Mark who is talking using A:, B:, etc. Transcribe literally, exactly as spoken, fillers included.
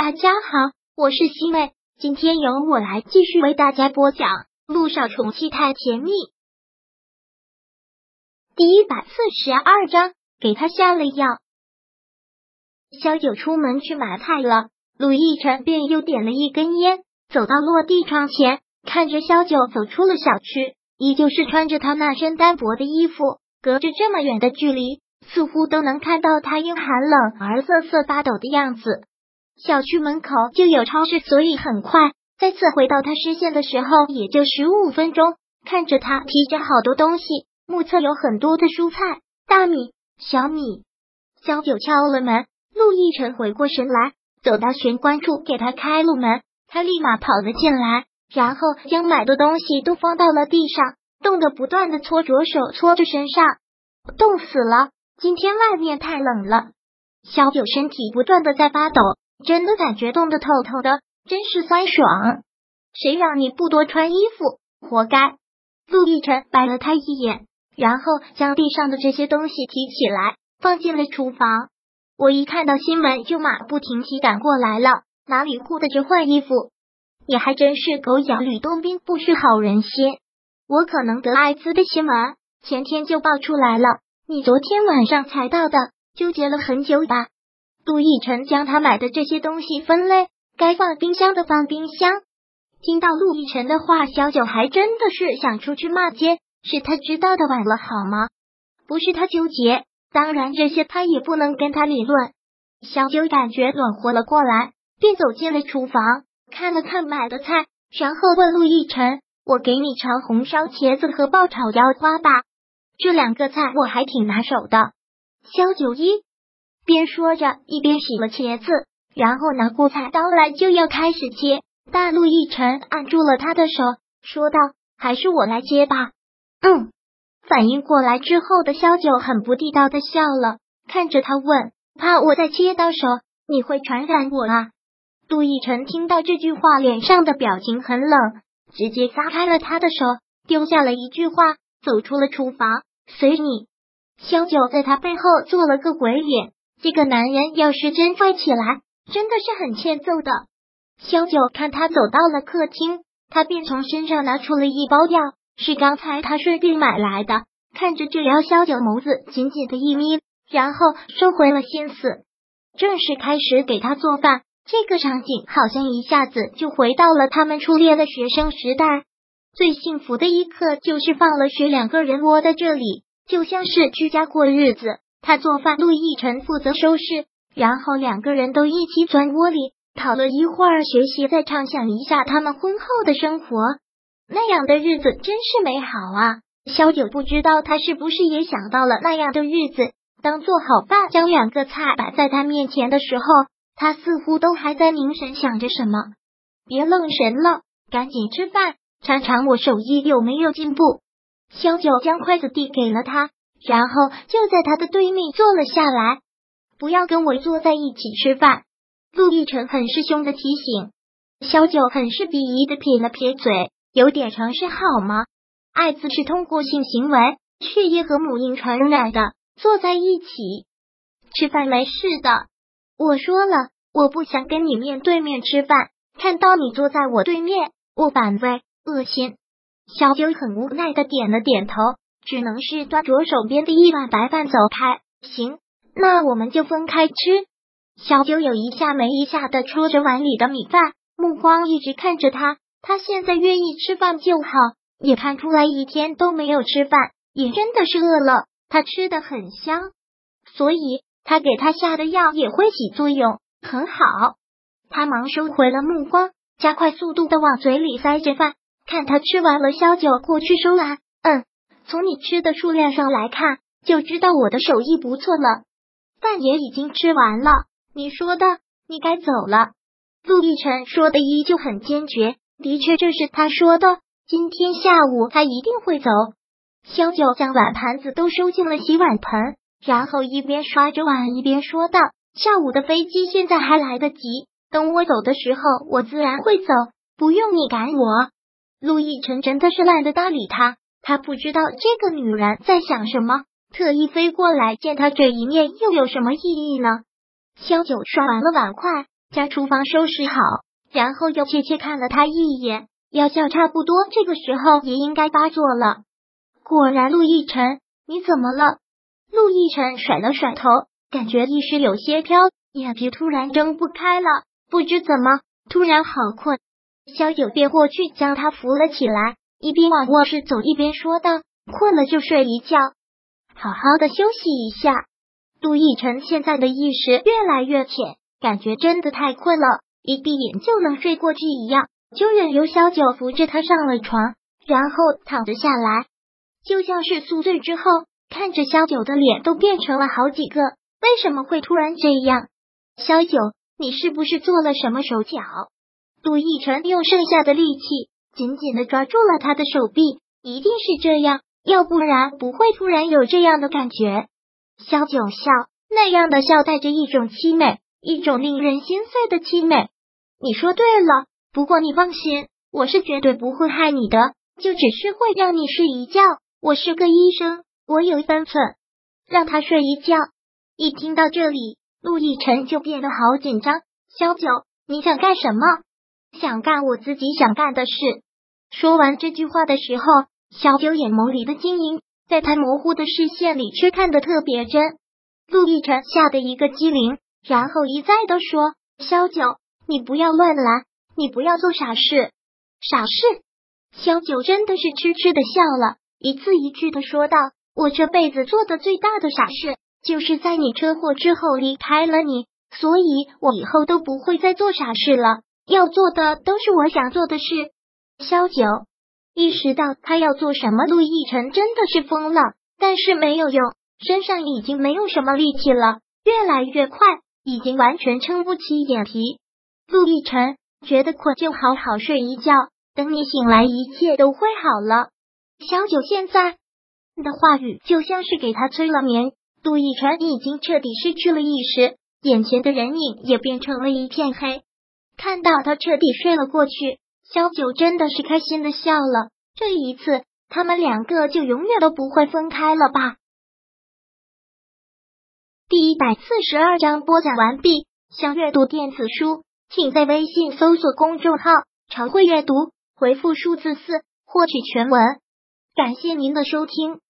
A: 大家好，我是西妹，今天由我来继续为大家播讲《陆少宠妻太甜蜜》第一百四十二章，给他下了药。萧九出门去买菜了，陆亦辰便又点了一根烟，走到落地窗前，看着萧九走出了小区，依旧是穿着他那身单薄的衣服，隔着这么远的距离，似乎都能看到他因寒冷而瑟瑟发抖的样子。小区门口就有超市，所以很快再次回到他视线的时候也就十五分钟。看着他提着好多东西，目测有很多的蔬菜、大米、小米。萧九敲了门，陆亦辰回过神来，走到玄关处给他开了门，他立马跑了进来，然后将买的东西都放到了地上，冻得不断的搓着手搓着身上，冻死了，今天外面太冷了。萧九身体不断的在发抖，真的感觉冻得透透的，真是酸爽。谁让你不多穿衣服，活该。陆亦辰白了他一眼，然后将地上的这些东西提起来，放进了厨房。我一看到新闻就马不停蹄赶过来了，哪里顾得着换衣服？你还真是狗咬吕洞宾，不识好人心。我可能得艾滋的新闻前天就爆出来了，你昨天晚上才到的，纠结了很久吧？陆亦辰将他买的这些东西分类，该放冰箱的放冰箱。听到陆亦辰的话，小九还真的是想出去骂街，是他知道的晚了好吗？不是他纠结，当然这些他也不能跟他理论。小九感觉暖和了过来，便走进了厨房，看了看买的菜，然后问陆亦辰：我给你炒红烧茄子和爆炒腰花吧，这两个菜我还挺拿手的。萧九一边说着一边洗了茄子，然后拿过菜刀来就要开始切，但陆亦辰按住了他的手，说道：还是我来切吧。嗯。反应过来之后的萧九很不地道的笑了，看着他问：怕我再切到手你会传染我啊？陆亦辰听到这句话，脸上的表情很冷，直接撒开了他的手，丢下了一句话，走出了厨房。随你。萧九在他背后做了个鬼脸，这个男人要是真拽起来，真的是很欠揍的。萧九看他走到了客厅，他便从身上拿出了一包药，是刚才他顺便买来的。看着这药，萧九眸子紧紧的一眯，然后收回了心思，正式开始给他做饭。这个场景好像一下子就回到了他们初恋的学生时代，最幸福的一刻就是放了学两个人窝在这里，就像是居家过日子。他做饭，陆亦辰负责收拾，然后两个人都一起钻窝里讨了一会儿学习，再畅想一下他们婚后的生活。那样的日子真是美好啊！萧九不知道他是不是也想到了那样的日子。当做好饭，将两个菜摆在他面前的时候，他似乎都还在凝神想着什么。别愣神了，赶紧吃饭，尝尝我手艺有没有进步。萧九将筷子递给了他，然后就在他的对面坐了下来。不要跟我坐在一起吃饭。陆亦辰很是凶的提醒。萧九很是鄙夷的撇了撇嘴，有点常识好吗？艾滋是通过性行为、血液和母婴传染的，坐在一起吃饭没事的。我说了，我不想跟你面对面吃饭，看到你坐在我对面，我反胃，恶心。小九很无奈的点了点头，只能是端着手边的一碗白饭走开。行，那我们就分开吃。小九有一下没一下的戳着碗里的米饭，目光一直看着他。他现在愿意吃饭就好，也看出来一天都没有吃饭，也真的是饿了。他吃得很香，所以他给他下的药也会起作用，很好。他忙收回了目光，加快速度的往嘴里塞着饭。看他吃完了，萧九过去收来。嗯，从你吃的数量上来看，就知道我的手艺不错了。饭也已经吃完了，你说的，你该走了。陆亦辰说的依旧很坚决，的确这是他说的，今天下午他一定会走。萧九将碗盘子都收进了洗碗盆，然后一边刷着碗一边说道：下午的飞机现在还来得及，等我走的时候我自然会走，不用你赶我。陆亦辰真的是懒得搭理他，他不知道这个女人在想什么，特意飞过来见他这一面又有什么意义呢？萧九刷完了碗筷， 将厨房收拾好，然后又切切看了他一眼，药效差不多，这个时候也应该发作了。果然，陆亦辰，你怎么了？陆亦辰甩了甩头，感觉意识有些飘，眼皮突然睁不开了，不知怎么突然好困。萧九便过去将他扶了起来，一边往卧室走一边说道：“困了就睡一觉，好好的休息一下。”陆亦辰现在的意识越来越浅，感觉真的太困了，一闭眼就能睡过去一样，就任由萧九扶着他上了床，然后躺着下来，就像是宿醉之后，看着萧九的脸都变成了好几个，为什么会突然这样？萧九，你是不是做了什么手脚？陆亦辰用剩下的力气紧紧的抓住了他的手臂，一定是这样，要不然不会突然有这样的感觉。萧九笑，那样的笑带着一种凄美，一种令人心碎的凄美。你说对了，不过你放心，我是绝对不会害你的，就只是会让你睡一觉。我是个医生，我有分寸，让他睡一觉。一听到这里，陆亦辰就变得好紧张。萧九，你想干什么？想干我自己想干的事。说完这句话的时候，萧九眼眸里的晶莹在他模糊的视线里却看得特别真。陆亦辰吓得一个机灵，然后一再的说：“萧九，你不要乱来，你不要做傻事。”傻事？萧九真的是痴痴的笑了，一字一句的说道：“我这辈子做的最大的傻事，就是在你车祸之后离开了你，所以我以后都不会再做傻事了，要做的都是我想做的事。”萧九意识到他要做什么，陆亦辰真的是疯了，但是没有用，身上已经没有什么力气了，越来越快，已经完全撑不起眼皮。陆亦辰觉得困就好好睡一觉，等你醒来一切都会好了。萧九现在的话语就像是给他催了眠，陆亦辰已经彻底失去了意识，眼前的人影也变成了一片黑。看到他彻底睡了过去，萧九真的是开心的笑了，这一次他们两个就永远都不会分开了吧。第一百四十二章播讲完毕。想阅读电子书，请在微信搜索公众号常会阅读，回复数字四获取全文。感谢您的收听。